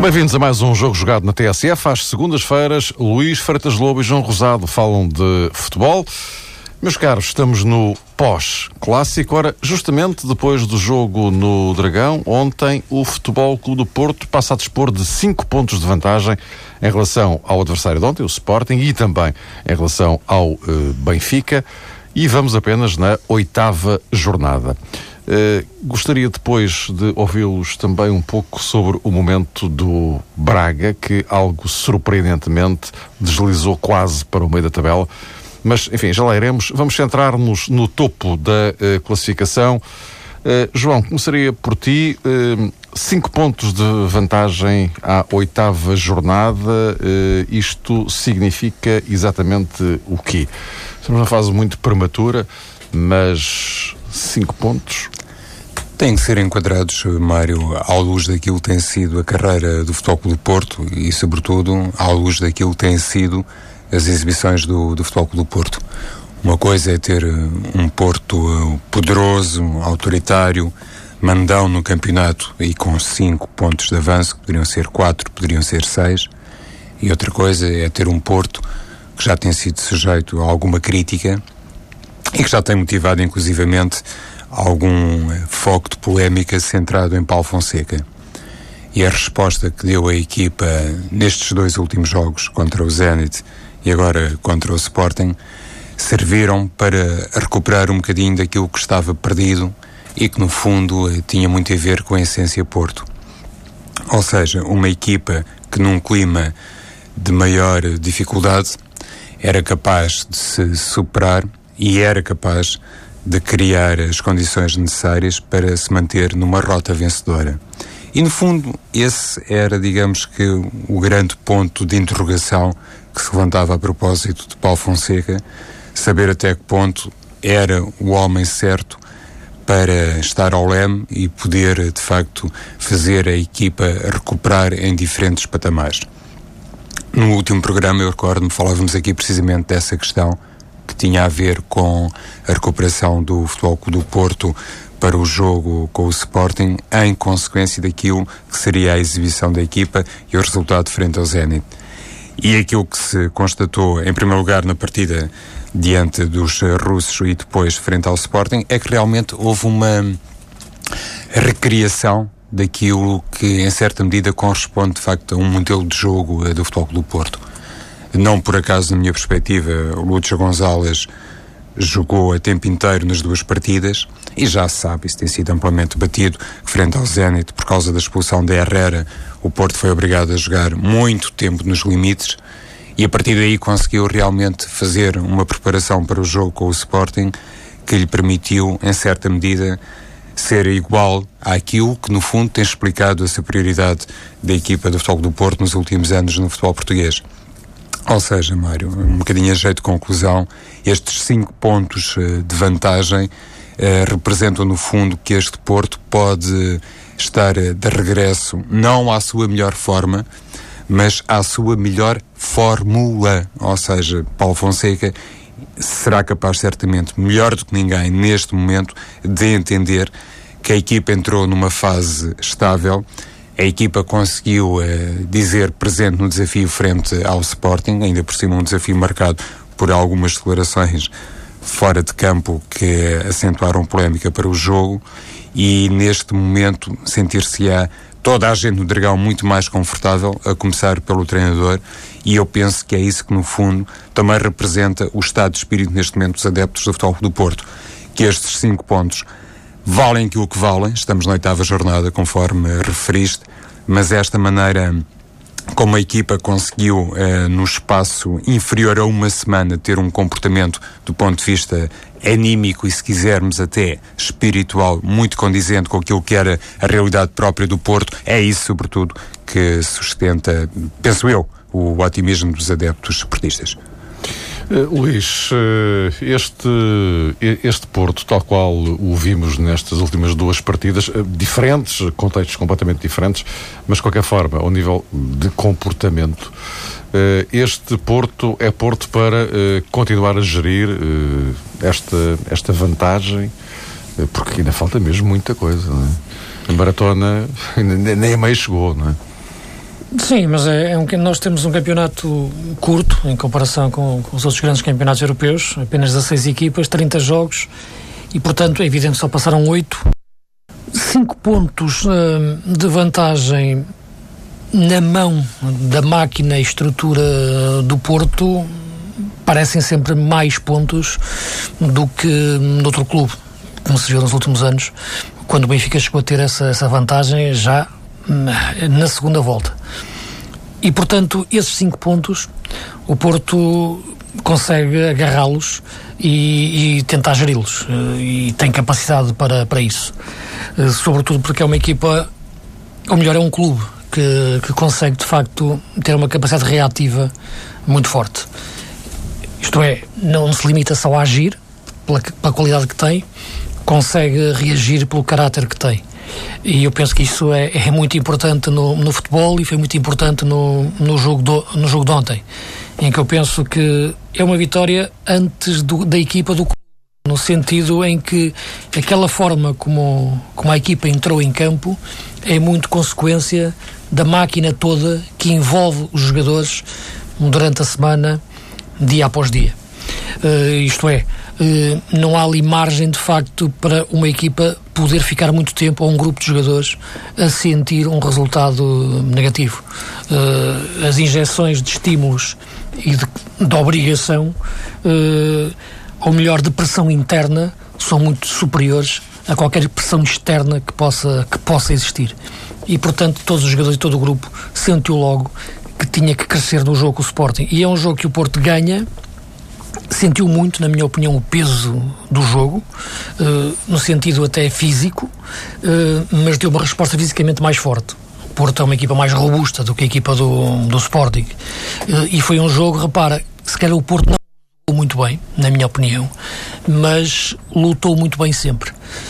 Bem-vindos a mais um Jogo Jogado na TSF. Às segundas-feiras, Luís Freitas Lobo e João Rosado falam de futebol. Meus caros, estamos no pós-clássico. Ora, justamente depois do jogo no Dragão, ontem o Futebol Clube do Porto passa a dispor de 5 pontos de vantagem em relação ao adversário de ontem, o Sporting, e também em relação ao Benfica. E vamos apenas na 8ª jornada. Gostaria depois de ouvi-los também um pouco sobre o momento do Braga, que algo surpreendentemente deslizou quase para o meio da tabela. Mas, enfim, já lá iremos. Vamos centrar-nos no topo da classificação. João, começaria por ti. 5 pontos de vantagem à 8ª jornada. Isto significa exatamente o quê? Estamos numa fase muito prematura, mas 5 pontos... Têm que ser enquadrados, Mário, à luz daquilo que tem sido a carreira do Futebol Clube do Porto e, sobretudo, à luz daquilo que têm sido as exibições do Futebol Clube do Porto. Uma coisa é ter um Porto poderoso, autoritário, mandão no campeonato e com 5 pontos de avanço, que poderiam ser 4, poderiam ser 6. E outra coisa é ter um Porto que já tem sido sujeito a alguma crítica e que já tem motivado, inclusivamente, algum foco de polémica centrado em Paulo Fonseca. E a resposta que deu a equipa nestes 2 últimos jogos, contra o Zenit e agora contra o Sporting, serviram para recuperar um bocadinho daquilo que estava perdido e que, no fundo, tinha muito a ver com a essência Porto. Ou seja, uma equipa que num clima de maior dificuldade era capaz de se superar e era capaz de criar as condições necessárias para se manter numa rota vencedora. E, no fundo, esse era, digamos que, o grande ponto de interrogação que se levantava a propósito de Paulo Fonseca, saber até que ponto era o homem certo para estar ao leme e poder, de facto, fazer a equipa recuperar em diferentes patamares. No último programa, eu recordo-me, falávamos aqui precisamente dessa questão, que tinha a ver com a recuperação do Futebol Clube do Porto para o jogo com o Sporting, em consequência daquilo que seria a exibição da equipa e o resultado frente ao Zenit. E aquilo que se constatou, em primeiro lugar, na partida diante dos russos e depois frente ao Sporting, é que realmente houve uma recriação daquilo que, em certa medida, corresponde, de facto, a um modelo de jogo do Futebol Clube do Porto. Não por acaso, na minha perspectiva, o Lúcio Gonzalez jogou a tempo inteiro nas 2 partidas e já se sabe, isso tem sido amplamente batido, que frente ao Zenit, por causa da expulsão de Herrera, o Porto foi obrigado a jogar muito tempo nos limites e a partir daí conseguiu realmente fazer uma preparação para o jogo com o Sporting que lhe permitiu, em certa medida, ser igual àquilo que, no fundo, tem explicado a superioridade da equipa do Futebol do Porto nos últimos anos no futebol português. Ou seja, Mário, um bocadinho a jeito de conclusão, estes 5 pontos de vantagem representam, no fundo, que este Porto pode estar de regresso não à sua melhor forma, mas à sua melhor fórmula. Ou seja, Paulo Fonseca será capaz, certamente, melhor do que ninguém neste momento, de entender que a equipa entrou numa fase estável. A equipa conseguiu dizer presente no desafio frente ao Sporting, ainda por cima um desafio marcado por algumas declarações fora de campo que acentuaram polémica para o jogo, e neste momento sentir-se-á toda a gente no Dragão muito mais confortável, a começar pelo treinador, e eu penso que é isso que, no fundo, também representa o estado de espírito neste momento dos adeptos do Futebol do Porto, que estes 5 pontos valem aquilo que valem. Estamos na 8ª jornada, conforme referiste, mas esta maneira como a equipa conseguiu, no espaço inferior a uma semana, ter um comportamento do ponto de vista anímico e, se quisermos, até espiritual, muito condizente com aquilo que era a realidade própria do Porto, é isso, sobretudo, que sustenta, penso eu, o otimismo dos adeptos portistas. Luís, este Porto, tal qual o vimos nestas últimas 2 partidas, diferentes, contextos completamente diferentes, mas de qualquer forma, ao nível de comportamento, este Porto é Porto para continuar a gerir esta vantagem, porque ainda falta mesmo muita coisa, não é? A maratona nem a meio chegou, não é? Sim, mas nós temos um campeonato curto em comparação com os outros grandes campeonatos europeus, apenas 16 equipas, 30 jogos, e portanto é evidente que só passaram 8. 5 pontos de vantagem na mão da máquina e estrutura do Porto parecem sempre mais pontos do que noutro clube, como se viu nos últimos anos, quando o Benfica chegou a ter essa vantagem já na segunda volta. E, portanto, esses 5 pontos, o Porto consegue agarrá-los e tentar geri-los. E tem capacidade para isso. Sobretudo porque é uma equipa, ou melhor, é um clube que consegue, de facto, ter uma capacidade reativa muito forte. Isto é, não se limita só a agir pela qualidade que tem, consegue reagir pelo caráter que tem. E eu penso que isso é muito importante no futebol, e foi muito importante no jogo de ontem, em que eu penso que é uma vitória antes da equipa do clube, no sentido em que aquela forma como a equipa entrou em campo é muito consequência da máquina toda que envolve os jogadores durante a semana, dia após dia. Isto é, não há ali margem de facto para uma equipa poder ficar muito tempo, ou um grupo de jogadores, a sentir um resultado negativo. As injeções de estímulos e de obrigação, ou melhor, de pressão interna, são muito superiores a qualquer pressão externa que possa existir. E, portanto, todos os jogadores e todo o grupo sentiu logo que tinha que crescer no jogo com o Sporting. E é um jogo que o Porto ganha, sentiu muito, na minha opinião, o peso do jogo, no sentido até físico, mas deu uma resposta fisicamente mais forte. O Porto é uma equipa mais robusta do que a equipa do Sporting. E foi um jogo, repara, se calhar o Porto não lutou muito bem, na minha opinião, mas lutou muito bem sempre.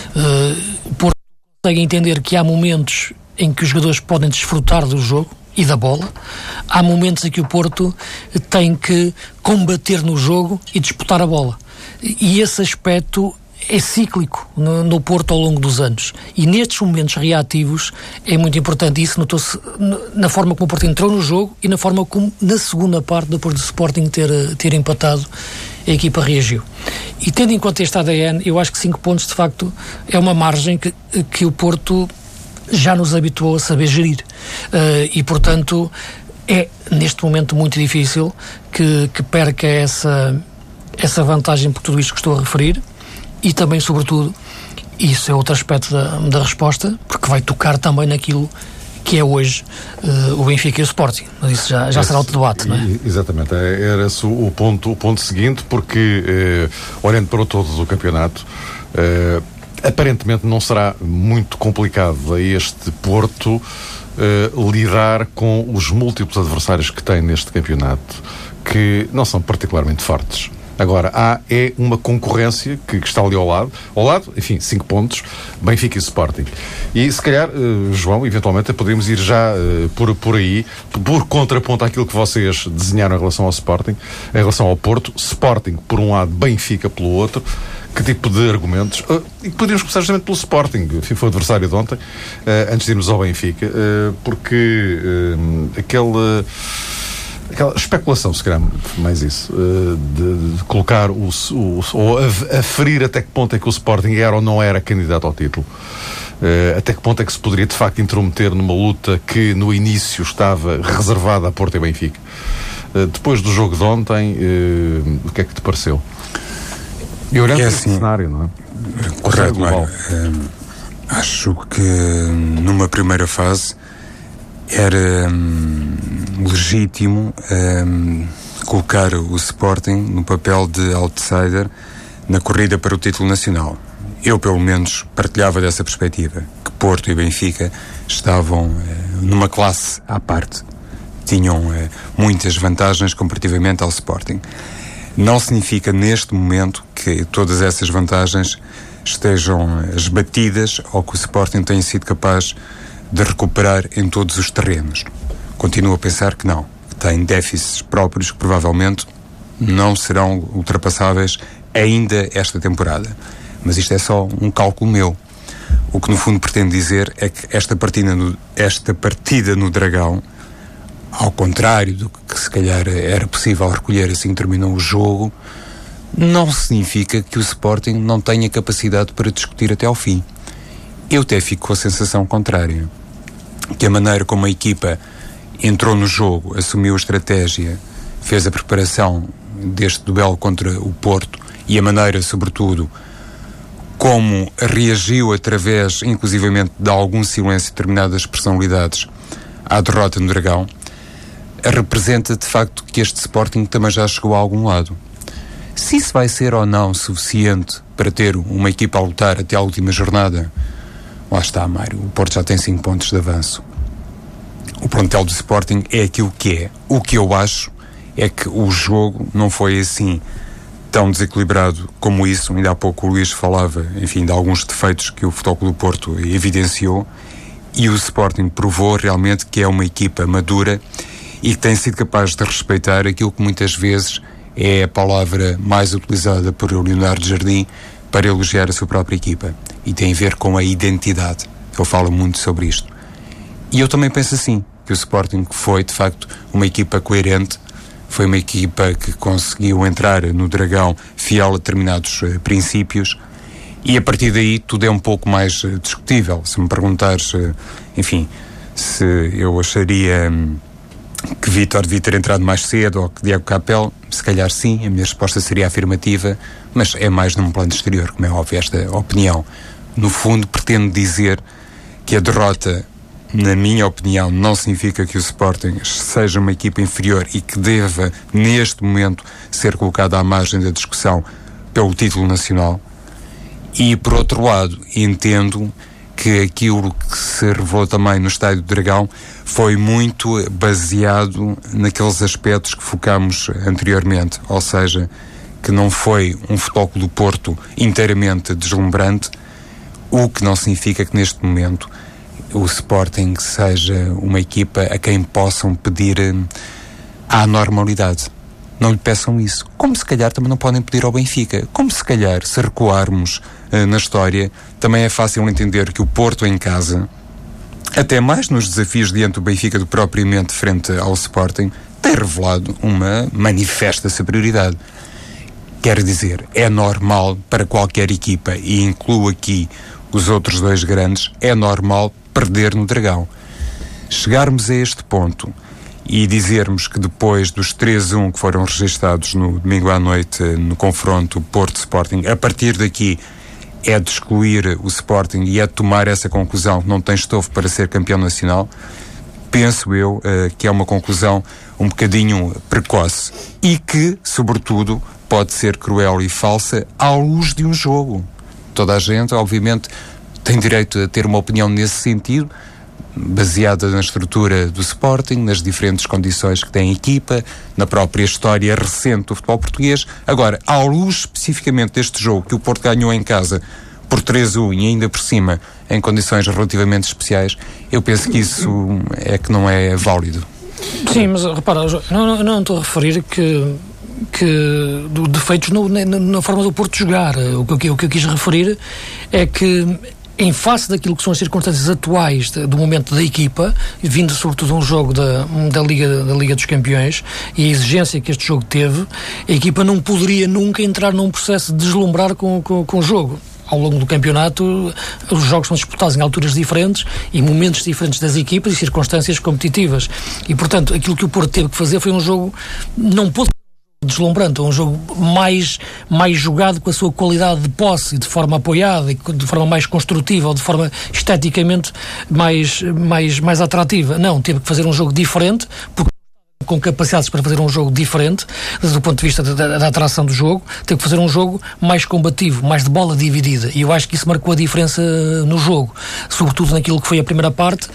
O Porto consegue entender que há momentos em que os jogadores podem desfrutar do jogo e da bola. Há momentos em que o Porto tem que combater no jogo e disputar a bola. E esse aspecto é cíclico no Porto ao longo dos anos. E nestes momentos reativos é muito importante. Isso notou-se na forma como o Porto entrou no jogo e na forma como, na segunda parte, depois do Sporting ter empatado, a equipa reagiu. E tendo em conta este ADN, eu acho que 5 pontos, de facto, é uma margem que o Porto já nos habituou a saber gerir. E, portanto, é, neste momento, muito difícil que perca essa vantagem por tudo isto que estou a referir. E também, sobretudo, isso é outro aspecto da resposta, porque vai tocar também naquilo que é hoje o Benfica e o Sporting. Mas isso já será outro debate, não é? Exatamente, era esse o ponto seguinte, porque, olhando para o todo do campeonato, aparentemente não será muito complicado a este Porto lidar com os múltiplos adversários que tem neste campeonato, que não são particularmente fortes. Agora, é uma concorrência que está ali ao lado, enfim, 5 pontos, Benfica e Sporting. E se calhar, João, eventualmente poderíamos ir já por aí, por contraponto àquilo que vocês desenharam em relação ao Sporting, em relação ao Porto, Sporting por um lado, Benfica pelo outro. Que tipo de argumentos? E podíamos começar justamente pelo Sporting, enfim, foi o adversário de ontem, antes de irmos ao Benfica, porque aquela especulação, se calhar, mais isso, de colocar ou aferir até que ponto é que o Sporting era ou não era candidato ao título, até que ponto é que se poderia de facto intrometer numa luta que no início estava reservada a Porto e Benfica. Depois do jogo de ontem, o que é que te pareceu? E olhando para esse cenário, não é? Correto, Mário. Acho que numa primeira fase era legítimo colocar o Sporting no papel de outsider na corrida para o título nacional. Eu, pelo menos, partilhava dessa perspectiva, que Porto e Benfica estavam numa classe à parte. Tinham muitas vantagens comparativamente ao Sporting. Não significa, neste momento, que todas essas vantagens estejam esbatidas ou que o Sporting tenha sido capaz de recuperar em todos os terrenos. Continuo a pensar que não. Que tem déficits próprios que provavelmente não serão ultrapassáveis ainda esta temporada. Mas isto é só um cálculo meu. O que no fundo pretendo dizer é que esta partida no Dragão ao contrário do que se calhar era possível recolher assim que terminou o jogo, não significa que o Sporting não tenha capacidade para discutir até ao fim. Eu até fico com a sensação contrária, que a maneira como a equipa entrou no jogo, assumiu a estratégia, fez a preparação deste duelo contra o Porto e a maneira, sobretudo, como reagiu através, inclusivamente, de algum silêncio de determinadas personalidades à derrota no Dragão, representa de facto que este Sporting também já chegou a algum lado. Se isso vai ser ou não suficiente para ter uma equipa a lutar até à última jornada, lá está, Mário, o Porto já tem 5 pontos de avanço. O plantel do Sporting é aquilo que é. O que eu acho é que o jogo não foi assim tão desequilibrado como isso. Ainda há pouco o Luís falava, enfim, de alguns defeitos que o Futebol Clube do Porto evidenciou, e o Sporting provou realmente que é uma equipa madura e que tem sido capaz de respeitar aquilo que muitas vezes é a palavra mais utilizada por Leonardo Jardim para elogiar a sua própria equipa, e tem a ver com a identidade. Ele fala muito sobre isto. E eu também penso assim, que o Sporting foi, de facto, uma equipa coerente, foi uma equipa que conseguiu entrar no Dragão fiel a determinados princípios, e a partir daí tudo é um pouco mais discutível. Se me perguntares, enfim, se eu acharia que Vítor devia ter entrado mais cedo ou que Diego Capel, se calhar sim, a minha resposta seria afirmativa, mas é mais num plano exterior, como é óbvio esta opinião. No fundo, pretendo dizer que a derrota, na minha opinião, não significa que o Sporting seja uma equipa inferior e que deva, neste momento, ser colocada à margem da discussão pelo título nacional. E, por outro lado, entendo que aquilo que se revelou também no Estádio do Dragão foi muito baseado naqueles aspectos que focámos anteriormente, ou seja, que não foi um Futebol Clube do Porto inteiramente deslumbrante, o que não significa que neste momento o Sporting seja uma equipa a quem possam pedir a normalidade. Não lhe peçam isso. Como se calhar também não podem pedir ao Benfica. Como se calhar, se recuarmos na história, também é fácil entender que o Porto em casa, até mais nos desafios diante do Benfica do que propriamente frente ao Sporting, tem revelado uma manifesta superioridade. Quer dizer, é normal para qualquer equipa, e incluo aqui os outros dois grandes, é normal perder no Dragão. Chegarmos a este ponto e dizermos que depois dos 3-1 que foram registados no domingo à noite no confronto Porto-Sporting, a partir daqui é de excluir o Sporting e é de tomar essa conclusão que não tem estofo para ser campeão nacional, penso eu que é uma conclusão um bocadinho precoce e que, sobretudo, pode ser cruel e falsa à luz de um jogo. Toda a gente, obviamente, tem direito a ter uma opinião nesse sentido, baseada na estrutura do Sporting, nas diferentes condições que tem a equipa, na própria história recente do futebol português. Agora, à luz especificamente deste jogo que o Porto ganhou em casa por 3-1 e ainda por cima em condições relativamente especiais, eu penso que isso é que não é válido. Sim, mas repara, não estou a referir que defeitos na forma do Porto jogar. O que eu quis referir é que, em face daquilo que são as circunstâncias atuais do momento da equipa, vindo sobretudo de um jogo da Liga dos Campeões e a exigência que este jogo teve, a equipa não poderia nunca entrar num processo de deslumbrar com o jogo. Ao longo do campeonato, os jogos são disputados em alturas diferentes e momentos diferentes das equipas e circunstâncias competitivas. E, portanto, aquilo que o Porto teve que fazer foi um jogo, não pôde deslumbrante, um jogo mais jogado, com a sua qualidade de posse, de forma apoiada e de forma mais construtiva, ou de forma esteticamente mais atrativa. Não, teve que fazer um jogo diferente, porque com capacidades para fazer um jogo diferente, do ponto de vista da atração do jogo, teve que fazer um jogo mais combativo, mais de bola dividida, e eu acho que isso marcou a diferença no jogo, sobretudo naquilo que foi a primeira parte,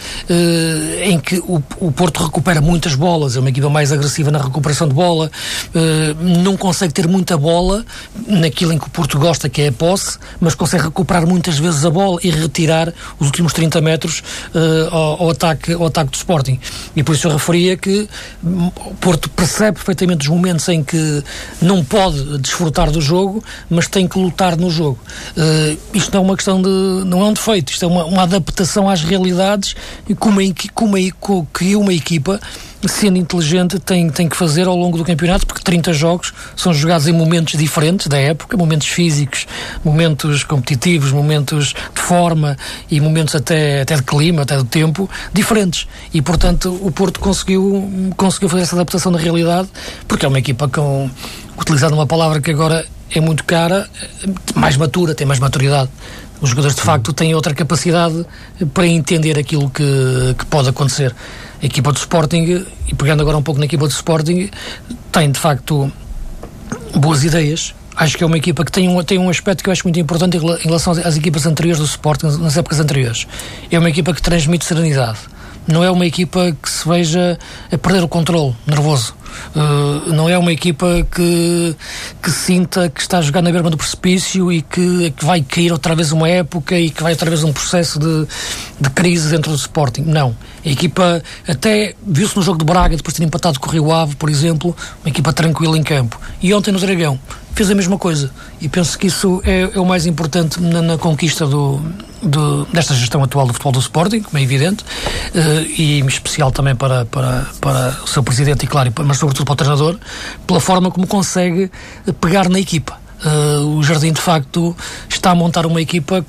em que o Porto recupera muitas bolas, é uma equipa mais agressiva na recuperação de bola, não consegue ter muita bola naquilo em que o Porto gosta, que é a posse, mas consegue recuperar muitas vezes a bola e retirar os últimos 30 metros ao ataque do Sporting, e por isso eu referia que o Porto percebe perfeitamente os momentos em que não pode desfrutar do jogo, mas tem que lutar no jogo. Isto não é uma questão não é um defeito, isto é uma adaptação às realidades que uma equipa sendo inteligente, tem que fazer ao longo do campeonato, porque 30 jogos são jogados em momentos diferentes da época, momentos físicos, momentos competitivos, momentos de forma e momentos até de clima, até do tempo, diferentes. E, portanto, o Porto conseguiu fazer essa adaptação na realidade, porque é uma equipa utilizando uma palavra que agora é muito cara, mais matura, tem mais maturidade. Os jogadores, de facto, têm outra capacidade para entender aquilo que pode acontecer. A equipa do Sporting, e pegando agora um pouco na equipa do Sporting, tem, de facto, boas ideias. Acho que é uma equipa que tem um aspecto que eu acho muito importante em relação às equipas anteriores do Sporting, nas épocas anteriores. É uma equipa que transmite serenidade. Não é uma equipa que se veja a perder o controle, nervoso. Não é uma equipa que sinta que está a jogar na berma do precipício e que vai cair outra vez uma época e que vai outra vez um processo de crise dentro do Sporting. Não. A equipa até viu-se no jogo de Braga, depois de ter empatado com o Rio Ave, por exemplo, uma equipa tranquila em campo. E ontem no Dragão fez a mesma coisa. E penso que isso é o mais importante na conquista desta gestão atual do futebol do Sporting, como é evidente, e em especial também para o seu presidente e, claro, mas sobretudo para o treinador, pela forma como consegue pegar na equipa. O Jardim, de facto, está a montar uma equipa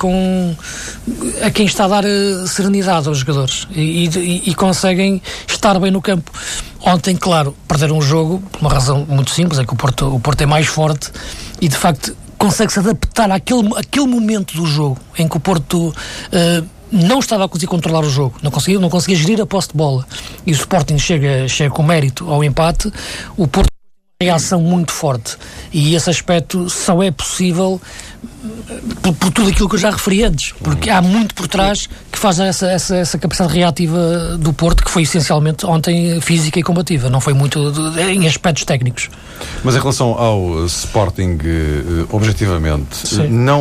a quem está a dar serenidade aos jogadores e conseguem estar bem no campo. Ontem, claro, perderam um jogo por uma razão muito simples, é que o Porto é mais forte e, de facto, consegue-se adaptar àquele momento do jogo em que o Porto não estava a conseguir controlar o jogo, não conseguia gerir a posse de bola, e o Sporting chega com mérito ao empate. O Porto tem uma reação muito forte, e esse aspecto só é possível por tudo aquilo que eu já referi antes, porque há muito por trás que faz essa capacidade reativa do Porto, que foi essencialmente ontem física e combativa, não foi muito em aspectos técnicos. Mas em relação ao Sporting, objetivamente,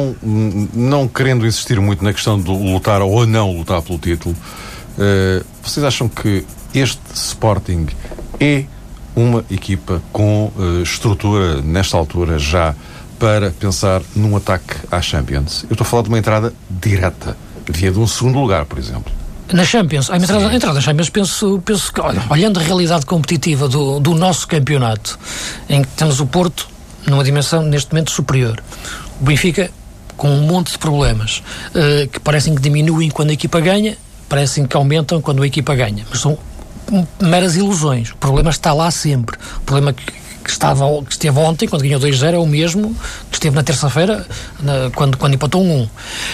não querendo insistir muito na questão de lutar ou não lutar pelo título, vocês acham que este Sporting é uma equipa com estrutura, nesta altura já, para pensar num ataque à Champions? Eu estou a falar de uma entrada direta, via de um segundo lugar, por exemplo. Na Champions? A entrada na Champions, penso que, olhando a realidade competitiva do nosso campeonato, em que temos o Porto numa dimensão, neste momento, superior. O Benfica com um monte de problemas, que parecem que diminuem quando a equipa ganha, parecem que aumentam quando a equipa ganha. Mas são meras ilusões. O problema está lá sempre. O problema que esteve ontem, quando ganhou 2-0, é o mesmo que esteve na terça-feira, quando empatou 1-1.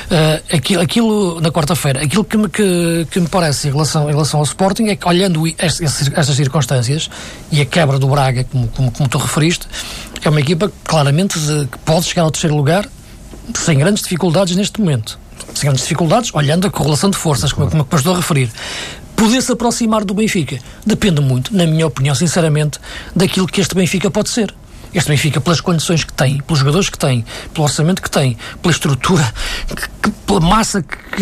Aquilo na quarta-feira, aquilo que me parece em relação ao Sporting é que, olhando estas circunstâncias e a quebra do Braga, como tu referiste, é uma equipa claramente que pode chegar ao terceiro lugar sem grandes dificuldades neste momento. Sem grandes dificuldades, olhando a correlação de forças, como eu estou a referir. Poder-se aproximar do Benfica depende muito, na minha opinião, sinceramente, daquilo que este Benfica pode ser. Este Benfica, pelas condições que tem, pelos jogadores que tem, pelo orçamento que tem, pela estrutura, pela massa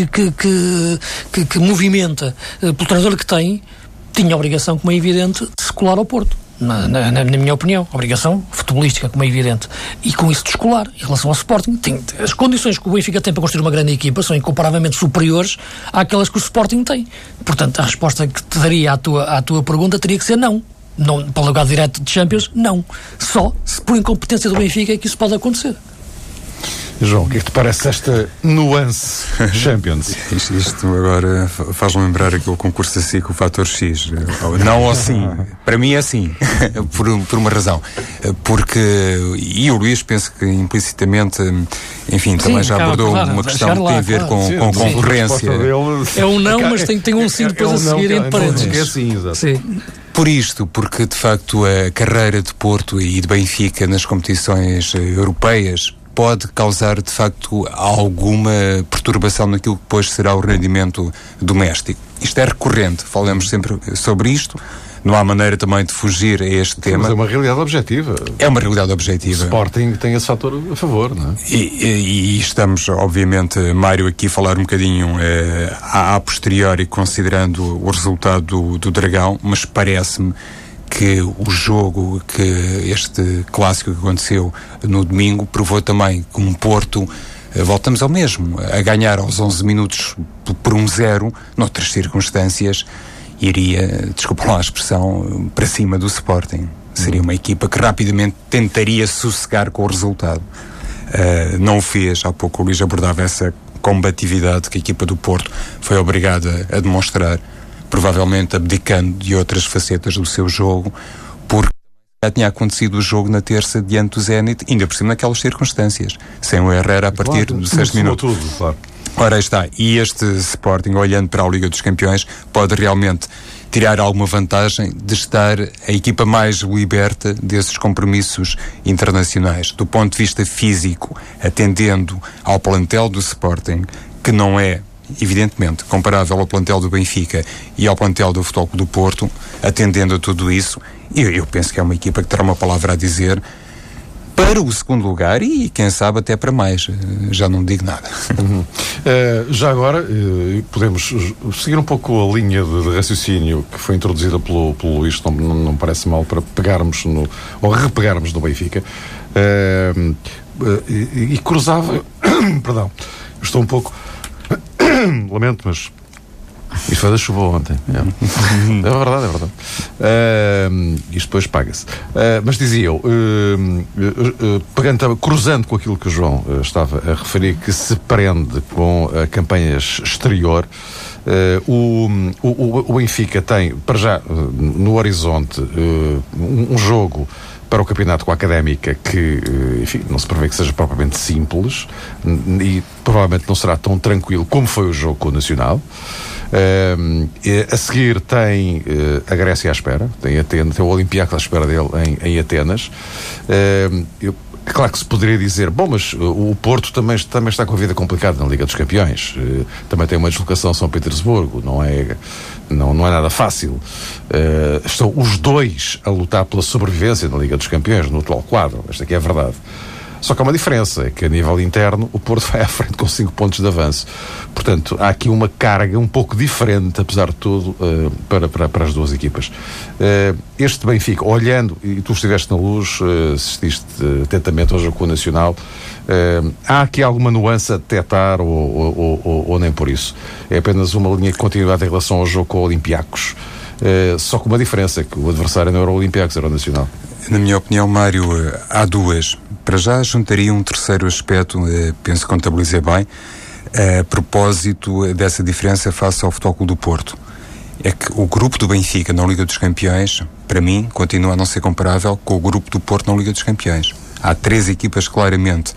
que movimenta, pelo treinador que tem, tinha a obrigação, como é evidente, de se colar ao Porto. Na minha opinião, obrigação futebolística, como é evidente, e com isso descolar. Em relação ao Sporting, as condições que o Benfica tem para construir uma grande equipa são incomparavelmente superiores àquelas que o Sporting tem. Portanto, a resposta que te daria à tua pergunta teria que ser não. Não, para o lugar direto de Champions, não. Só se por incompetência do Benfica é que isso pode acontecer. João, o que é que te parece esta nuance Champions? Isto agora faz lembrar aquele concurso assim com o fator X. Não ou sim. Para mim é sim. por uma razão. Porque, e o Luís penso que implicitamente, enfim, também já abordou uma questão que tem a ver com concorrência. É um não, mas tem um sim depois a seguir em parênteses. É sim, exato. Sim. Porque de facto a carreira de Porto e de Benfica nas competições europeias pode causar, de facto, alguma perturbação naquilo que depois será o rendimento doméstico. Isto é recorrente, falamos sempre sobre isto, não há maneira também de fugir a este tema. Mas é uma realidade objetiva. É uma realidade objetiva. O Sporting tem esse fator a favor, não é? E estamos, obviamente, Mário, aqui a falar um bocadinho a posteriori, considerando o resultado do Dragão, mas parece-me que o jogo, que este clássico que aconteceu no domingo, provou também que um Porto, voltamos ao mesmo, a ganhar aos 11 minutos por 1-0, noutras circunstâncias, iria, desculpa lá a expressão, para cima do Sporting. Seria uma equipa que rapidamente tentaria sossegar com o resultado. Não o fez. Há pouco o Luís abordava essa combatividade que a equipa do Porto foi obrigada a demonstrar, provavelmente abdicando de outras facetas do seu jogo, porque já tinha acontecido o jogo na terça diante do Zenit, ainda por cima naquelas circunstâncias, sem o Herrera a partir dos 6 minutos. Tudo, claro. Ora, aí está. E este Sporting, olhando para a Liga dos Campeões, pode realmente tirar alguma vantagem de estar a equipa mais liberta desses compromissos internacionais. Do ponto de vista físico, atendendo ao plantel do Sporting, que não é, evidentemente, comparável ao plantel do Benfica e ao plantel do Futebol Clube do Porto, atendendo a tudo isso, eu penso que é uma equipa que terá uma palavra a dizer para o segundo lugar e, quem sabe, até para mais. Já não digo nada. Já agora, podemos seguir um pouco a linha de raciocínio que foi introduzida pelo Luís, não parece mal, para pegarmos ou repegarmos no Benfica. E cruzava... Perdão, estou um pouco... Lamento, mas... Isto foi da chuva ontem. É verdade. Isto depois paga-se. Mas dizia eu, cruzando com aquilo que o João estava a referir, que se prende com a campanha exterior, o Benfica tem, para já, no horizonte, um jogo para o campeonato com a Académica que, enfim, não se prevê que seja propriamente simples e provavelmente não será tão tranquilo como foi o jogo com o Nacional. A seguir tem a Grécia à espera, tem o Olympiacos à espera dele em Atenas. Claro que se poderia dizer, bom, mas o Porto também está com a vida complicada na Liga dos Campeões, também tem uma deslocação a São Petersburgo, não é nada fácil. Estão os dois a lutar pela sobrevivência na Liga dos Campeões, no atual quadro. Esta aqui é a verdade. Só que há uma diferença, é que a nível interno o Porto vai à frente com 5 pontos de avanço. Portanto, há aqui uma carga um pouco diferente, apesar de tudo, para as duas equipas. Este Benfica, olhando, e tu estiveste na Luz, assististe atentamente ao jogo com o Nacional, há aqui alguma nuance a detectar ou nem por isso? É apenas uma linha de continuidade em relação ao jogo com o Olympiacos, só com uma diferença, que o adversário não era o Olympiacos, era o Nacional. Na minha opinião, Mário, há duas. Para já juntaria um terceiro aspecto, penso que contabilizei bem, a propósito dessa diferença face ao Futebol Clube do Porto. É que o grupo do Benfica na Liga dos Campeões, para mim, continua a não ser comparável com o grupo do Porto na Liga dos Campeões. Há 3 equipas claramente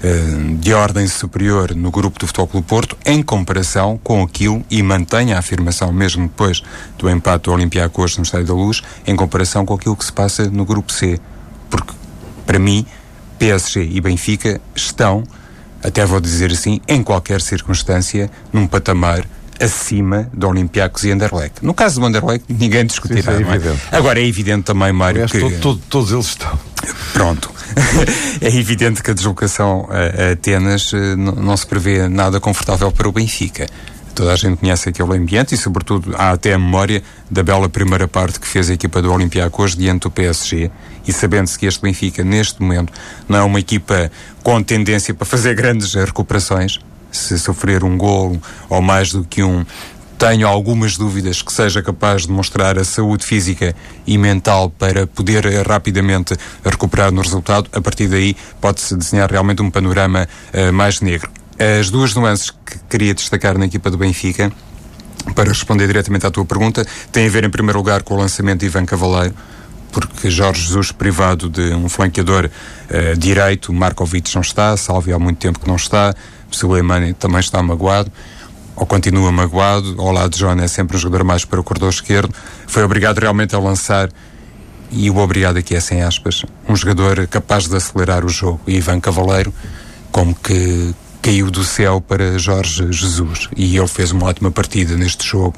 de ordem superior no grupo do Futebol Clube do Porto em comparação com aquilo, e mantenho a afirmação mesmo depois do empate do Olympiacos no Estádio da Luz, em comparação com aquilo que se passa no grupo C. Porque, para mim, PSG e Benfica estão, até vou dizer assim, em qualquer circunstância, num patamar acima do Olympiacos e Anderlecht. No caso do Anderlecht, ninguém discutirá. Sim, é evidente. Agora, é evidente também, Mário, que... Todos eles estão. Pronto. É evidente que a deslocação a Atenas não se prevê nada confortável para o Benfica. Toda a gente conhece aquele ambiente e, sobretudo, há até a memória da bela primeira parte que fez a equipa do Olympiacos diante do PSG, e sabendo-se que este Benfica, neste momento, não é uma equipa com tendência para fazer grandes recuperações. Se sofrer um golo ou mais do que um, tenho algumas dúvidas que seja capaz de mostrar a saúde física e mental para poder rapidamente recuperar no resultado. A partir daí pode-se desenhar realmente um panorama mais negro. As duas nuances que queria destacar na equipa do Benfica, para responder diretamente à tua pergunta, têm a ver em primeiro lugar com o lançamento de Ivan Cavaleiro, porque Jorge Jesus, privado de um flanqueador direito, Markovic não está, Salvi há muito tempo que não está, o Suleimani também está magoado, ou continua magoado, ao lado de João é sempre um jogador mais para o corredor esquerdo, foi obrigado realmente a lançar, e o obrigado aqui é sem aspas, um jogador capaz de acelerar o jogo, e Ivan Cavaleiro, como que caiu do céu para Jorge Jesus, e ele fez uma ótima partida neste jogo,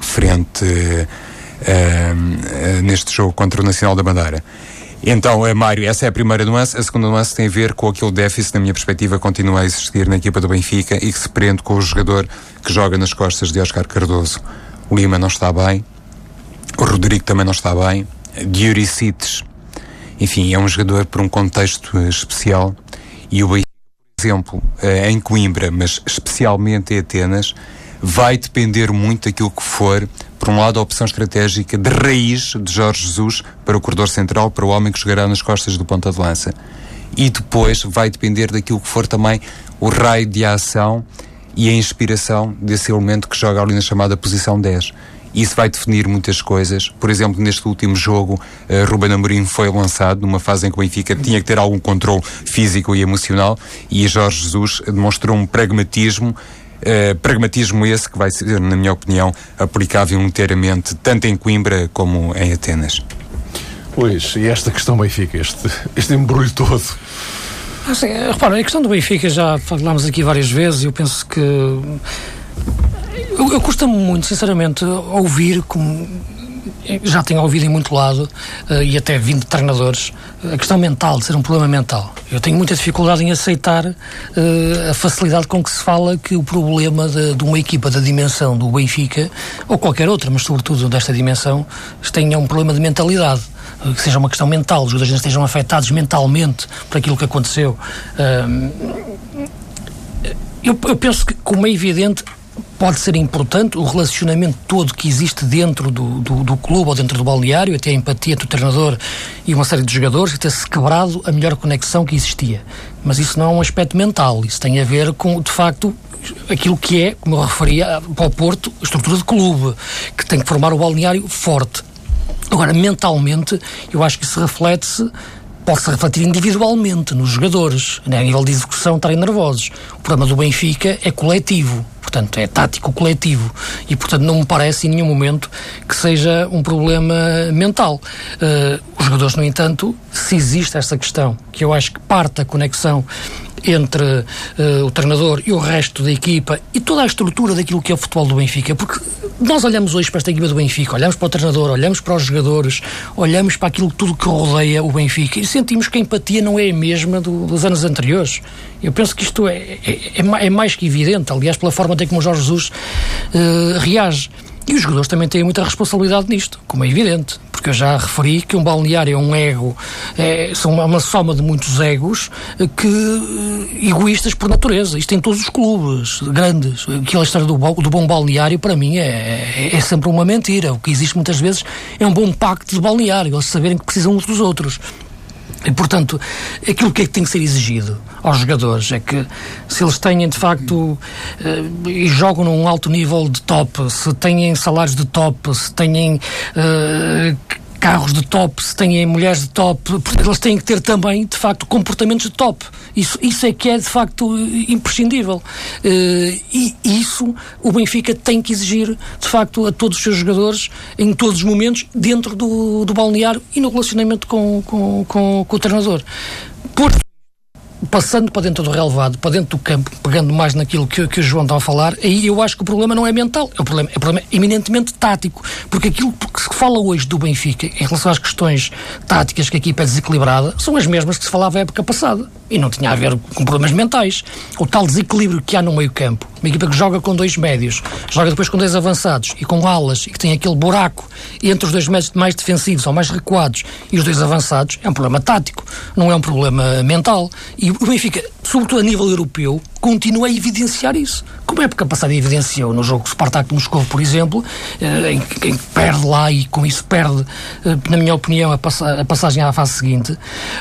neste jogo contra o Nacional da Bandeira. Então, Mário, essa é a primeira nuance. A segunda nuance tem a ver com aquele déficit, na minha perspectiva, continua a existir na equipa do Benfica e que se prende com o jogador que joga nas costas de Óscar Cardoso. O Lima não está bem, o Rodrigo também não está bem, Diuricites, enfim, é um jogador por um contexto especial, e o Benfica, por exemplo, em Coimbra, mas especialmente em Atenas, vai depender muito daquilo que for Por um lado, a opção estratégica de raiz de Jorge Jesus para o corredor central, para o homem que jogará nas costas do ponta de lança. E depois vai depender daquilo que for também o raio de ação e a inspiração desse elemento que joga ali na chamada posição 10. Isso vai definir muitas coisas. Por exemplo, neste último jogo, Ruben Amorim foi lançado numa fase em que o Benfica tinha que ter algum controle físico e emocional, e Jorge Jesus demonstrou um pragmatismo esse que vai ser, na minha opinião, aplicável inteiramente tanto em Coimbra como em Atenas. Pois, e esta questão Benfica, este embrulho todo? Assim, repara, a questão do Benfica já falámos aqui várias vezes, e eu penso que eu custa-me muito, sinceramente, ouvir, como já tenho ouvido em muito lado, e até vindo de treinadores, a questão mental, de ser um problema mental. Eu tenho muita dificuldade em aceitar a facilidade com que se fala que o problema de uma equipa da dimensão do Benfica, ou qualquer outra, mas sobretudo desta dimensão, tenha um problema de mentalidade. Que seja uma questão mental, os jogadores estejam afetados mentalmente por aquilo que aconteceu. Eu penso que, como é evidente, pode ser importante o relacionamento todo que existe dentro do clube ou dentro do balneário, até a empatia do treinador e uma série de jogadores, e ter-se quebrado a melhor conexão que existia. Mas isso não é um aspecto mental, isso tem a ver com, de facto, aquilo que é, como eu referia, para o Porto, a estrutura de clube, que tem que formar o balneário forte. Agora, mentalmente, eu acho que isso pode-se refletir individualmente nos jogadores, né? A nível de execução, estarem nervosos. O problema do Benfica é coletivo, portanto, é tático coletivo, e, portanto, não me parece em nenhum momento que seja um problema mental. Os jogadores, no entanto, se existe esta questão, que eu acho que parte da conexão entre o treinador e o resto da equipa e toda a estrutura daquilo que é o futebol do Benfica, porque nós olhamos hoje para esta equipa do Benfica, olhamos para o treinador, olhamos para os jogadores, olhamos para aquilo tudo que rodeia o Benfica e sentimos que a empatia não é a mesma dos anos anteriores. Eu penso que isto é mais que evidente, aliás, pela forma até como o Jorge Jesus reage. E os jogadores também têm muita responsabilidade nisto, como é evidente, porque eu já referi que um balneário é um ego, são uma soma de muitos egos egoístas por natureza. Isto em todos os clubes grandes. Aquela história do bom balneário, para mim, é sempre uma mentira. O que existe muitas vezes é um bom pacto de balneário, eles saberem que precisam uns dos outros. E, portanto, aquilo que é que tem que ser exigido aos jogadores é que, se eles têm, de facto, e jogam num alto nível de top, se têm salários de top, se têm carros de top, se têm mulheres de top, eles têm que ter também, de facto, comportamentos de top. Isso é que é, de facto, imprescindível. E isso o Benfica tem que exigir, de facto, a todos os seus jogadores, em todos os momentos, dentro do balneário e no relacionamento com o treinador. Passando para dentro do relevado, para dentro do campo, pegando mais naquilo que o João está a falar, aí eu acho que o problema não é mental, é um problema eminentemente tático, porque aquilo que se fala hoje do Benfica em relação às questões táticas, que a equipa é desequilibrada, são as mesmas que se falava na época passada, e não tinha a ver com problemas mentais. O tal desequilíbrio que há no meio campo, uma equipa que joga com dois médios, joga depois com dois avançados e com alas, e que tem aquele buraco entre os dois médios mais defensivos ou mais recuados e os dois avançados, é um problema tático, não é um problema mental. E o Benfica, sobretudo a nível europeu, continua a evidenciar isso. Como a época passada evidenciou no jogo Spartak de Moscou, por exemplo, em que perde lá e com isso perde, na minha opinião, a passagem à fase seguinte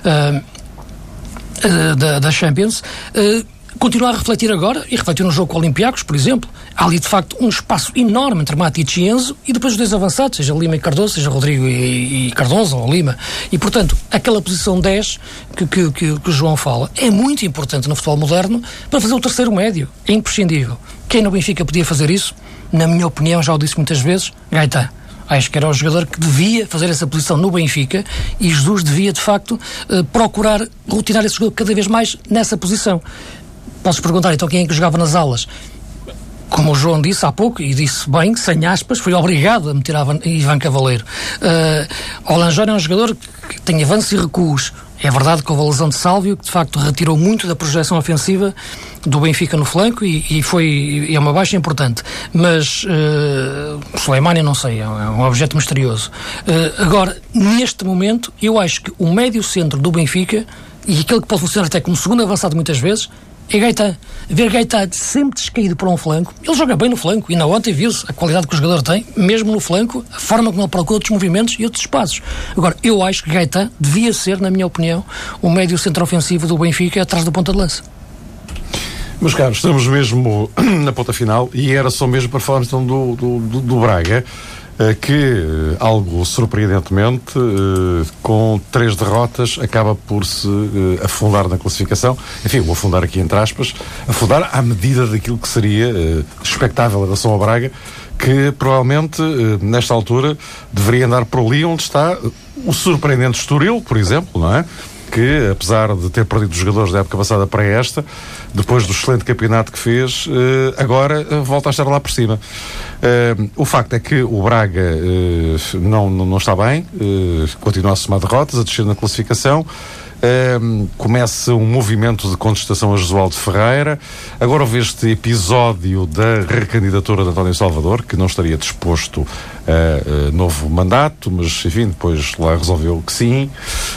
da Champions, continua a refletir agora, e refletiu no jogo com o Olympiacos, por exemplo. Há ali, de facto, um espaço enorme entre Matic e Enzo, e depois os dois avançados, seja Lima e Cardoso, seja Rodrigo e Cardoso, ou Lima. E, portanto, aquela posição 10 que o João fala é muito importante no futebol moderno para fazer o terceiro médio. É imprescindível. Quem no Benfica podia fazer isso? Na minha opinião, já o disse muitas vezes, Gaetan. Acho que era o jogador que devia fazer essa posição no Benfica, e Jesus devia, de facto, procurar rotinar esse jogador cada vez mais nessa posição. Posso perguntar, então, quem é que jogava nas alas? Como o João disse há pouco, e disse bem, sem aspas, foi obrigado a meter Ivan Cavaleiro. O Lanjón é um jogador que tem avanços e recuos. É verdade que houve a lesão de Sálvio, que de facto retirou muito da projeção ofensiva do Benfica no flanco, e é uma baixa importante. Mas Soleimani, não sei, é um objeto misterioso. Agora, neste momento, eu acho que o médio-centro do Benfica, e aquele que pode funcionar até como segundo avançado muitas vezes, é Gaetan. Ver Gaetan sempre descaído por um flanco, ele joga bem no flanco, e ainda ontem viu-se a qualidade que o jogador tem, mesmo no flanco, a forma como ele procura outros movimentos e outros espaços. Agora, eu acho que Gaetan devia ser, na minha opinião, o médio centro ofensivo do Benfica atrás do ponta de lança. Meus caros, estamos mesmo na ponta final e era só mesmo para falar então do Braga, que, algo surpreendentemente, com 3 derrotas, acaba por se afundar na classificação. Enfim, vou afundar aqui entre aspas, afundar à medida daquilo que seria expectável em relação ao Braga, que provavelmente, nesta altura, deveria andar por ali onde está o surpreendente Estoril, por exemplo, não é? Que, apesar de ter perdido os jogadores da época passada para esta, depois do excelente campeonato que fez, agora volta a estar lá por cima. O facto é que o Braga não está bem, continua a somar derrotas, a descer na classificação. Começa um movimento de contestação a Jesualdo Ferreira. Agora houve este episódio da recandidatura de António Salvador, que não estaria disposto a novo mandato, mas enfim, depois lá resolveu que sim.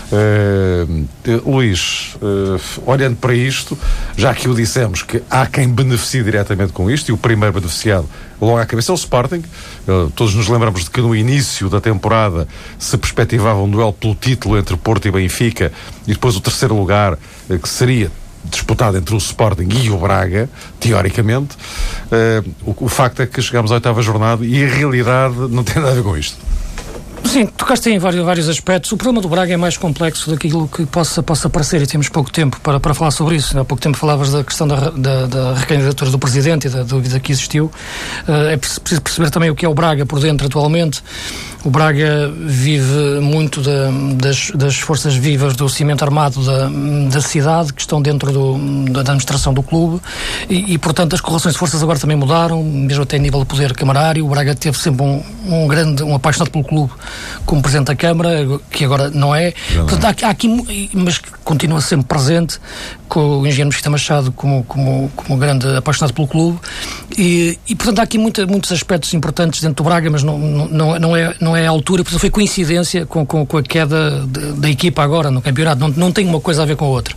Luís, olhando para isto, já que o dissemos que há quem beneficie diretamente com isto, e o primeiro beneficiado logo à cabeça é o Sporting. Todos nos lembramos de que no início da temporada se perspectivava um duelo pelo título entre Porto e Benfica, e depois o terceiro lugar, que seria disputado entre o Sporting e o Braga, teoricamente. O facto é que chegamos à 8ª jornada e a realidade não tem nada a ver com isto. Sim, tocaste em vários aspectos. O problema do Braga é mais complexo daquilo que possa parecer, e temos pouco tempo para falar sobre isso. Há pouco tempo falavas da questão da recandidatura do Presidente e da dúvida que existiu. É preciso perceber também o que é o Braga por dentro atualmente. O Braga vive muito das forças vivas do cimento armado da cidade, que estão dentro da administração do clube, e portanto as correlações de forças agora também mudaram, mesmo até a nível de poder camarário. O Braga teve sempre um apaixonado pelo clube como Presidente da Câmara, que agora não é. Portanto, há aqui, mas que continua sempre presente, com o engenheiro Mesquita Machado como grande apaixonado pelo clube, e portanto há aqui muitos aspectos importantes dentro do Braga, mas não é a altura, porque foi coincidência com a queda da equipa agora no campeonato, não tem uma coisa a ver com a outra.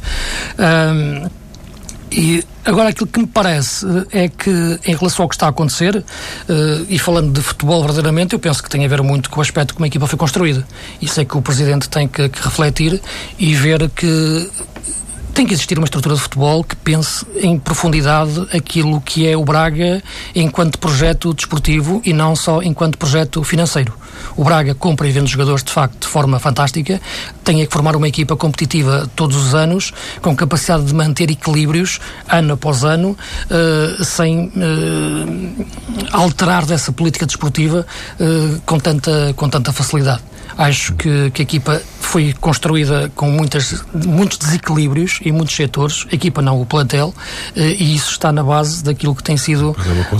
E agora aquilo que me parece é que, em relação ao que está a acontecer, e falando de futebol verdadeiramente, eu penso que tem a ver muito com o aspecto como a equipa foi construída. Isso é que o Presidente tem que refletir e ver que tem que existir uma estrutura de futebol que pense em profundidade aquilo que é o Braga enquanto projeto desportivo e não só enquanto projeto financeiro. O Braga compra e vende jogadores de facto de forma fantástica, tem que formar uma equipa competitiva todos os anos, com capacidade de manter equilíbrios ano após ano, sem alterar dessa política desportiva com tanta facilidade. Acho que a equipa foi construída com muitos desequilíbrios em muitos setores, a equipa não, o plantel, e isso está na base daquilo que tem sido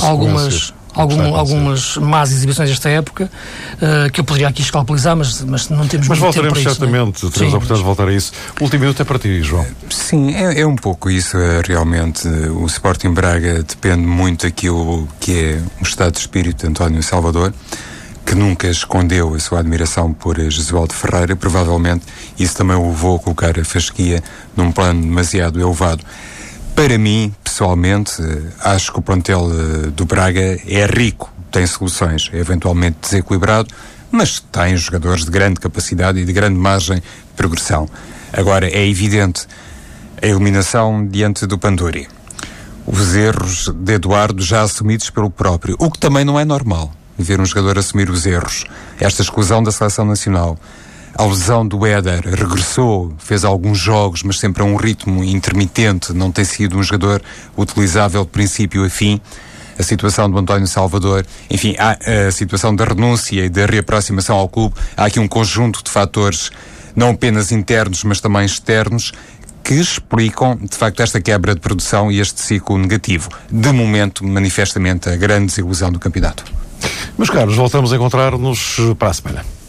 algumas más exibições desta época, que eu poderia aqui escalpelizar, mas não temos muito tempo para isso. Mas voltaremos certamente, teremos a oportunidade de voltar a isso. O último minuto é para ti, João. Sim, é um pouco isso, realmente. O Sporting Braga depende muito daquilo que é o estado de espírito de António Salvador, que nunca escondeu a sua admiração por Jesualdo Ferreira. Provavelmente isso também o levou a colocar a fasquia num plano demasiado elevado. Para mim, pessoalmente, acho que o plantel do Braga é rico, tem soluções, é eventualmente desequilibrado, mas tem jogadores de grande capacidade e de grande margem de progressão. Agora, é evidente a eliminação diante do Panduri, os erros de Eduardo já assumidos pelo próprio, o que também não é normal, ver um jogador assumir os erros. Esta exclusão da seleção nacional, a lesão do Éder, regressou, fez alguns jogos, mas sempre a um ritmo intermitente, não tem sido um jogador utilizável de princípio a fim. A situação do António Salvador, enfim, a situação da renúncia e da reaproximação ao clube, há aqui um conjunto de fatores, não apenas internos, mas também externos, que explicam, de facto, esta quebra de produção e este ciclo negativo. De momento, manifestamente, a grande desilusão do campeonato. Meus caros, voltamos a encontrar-nos para a semana.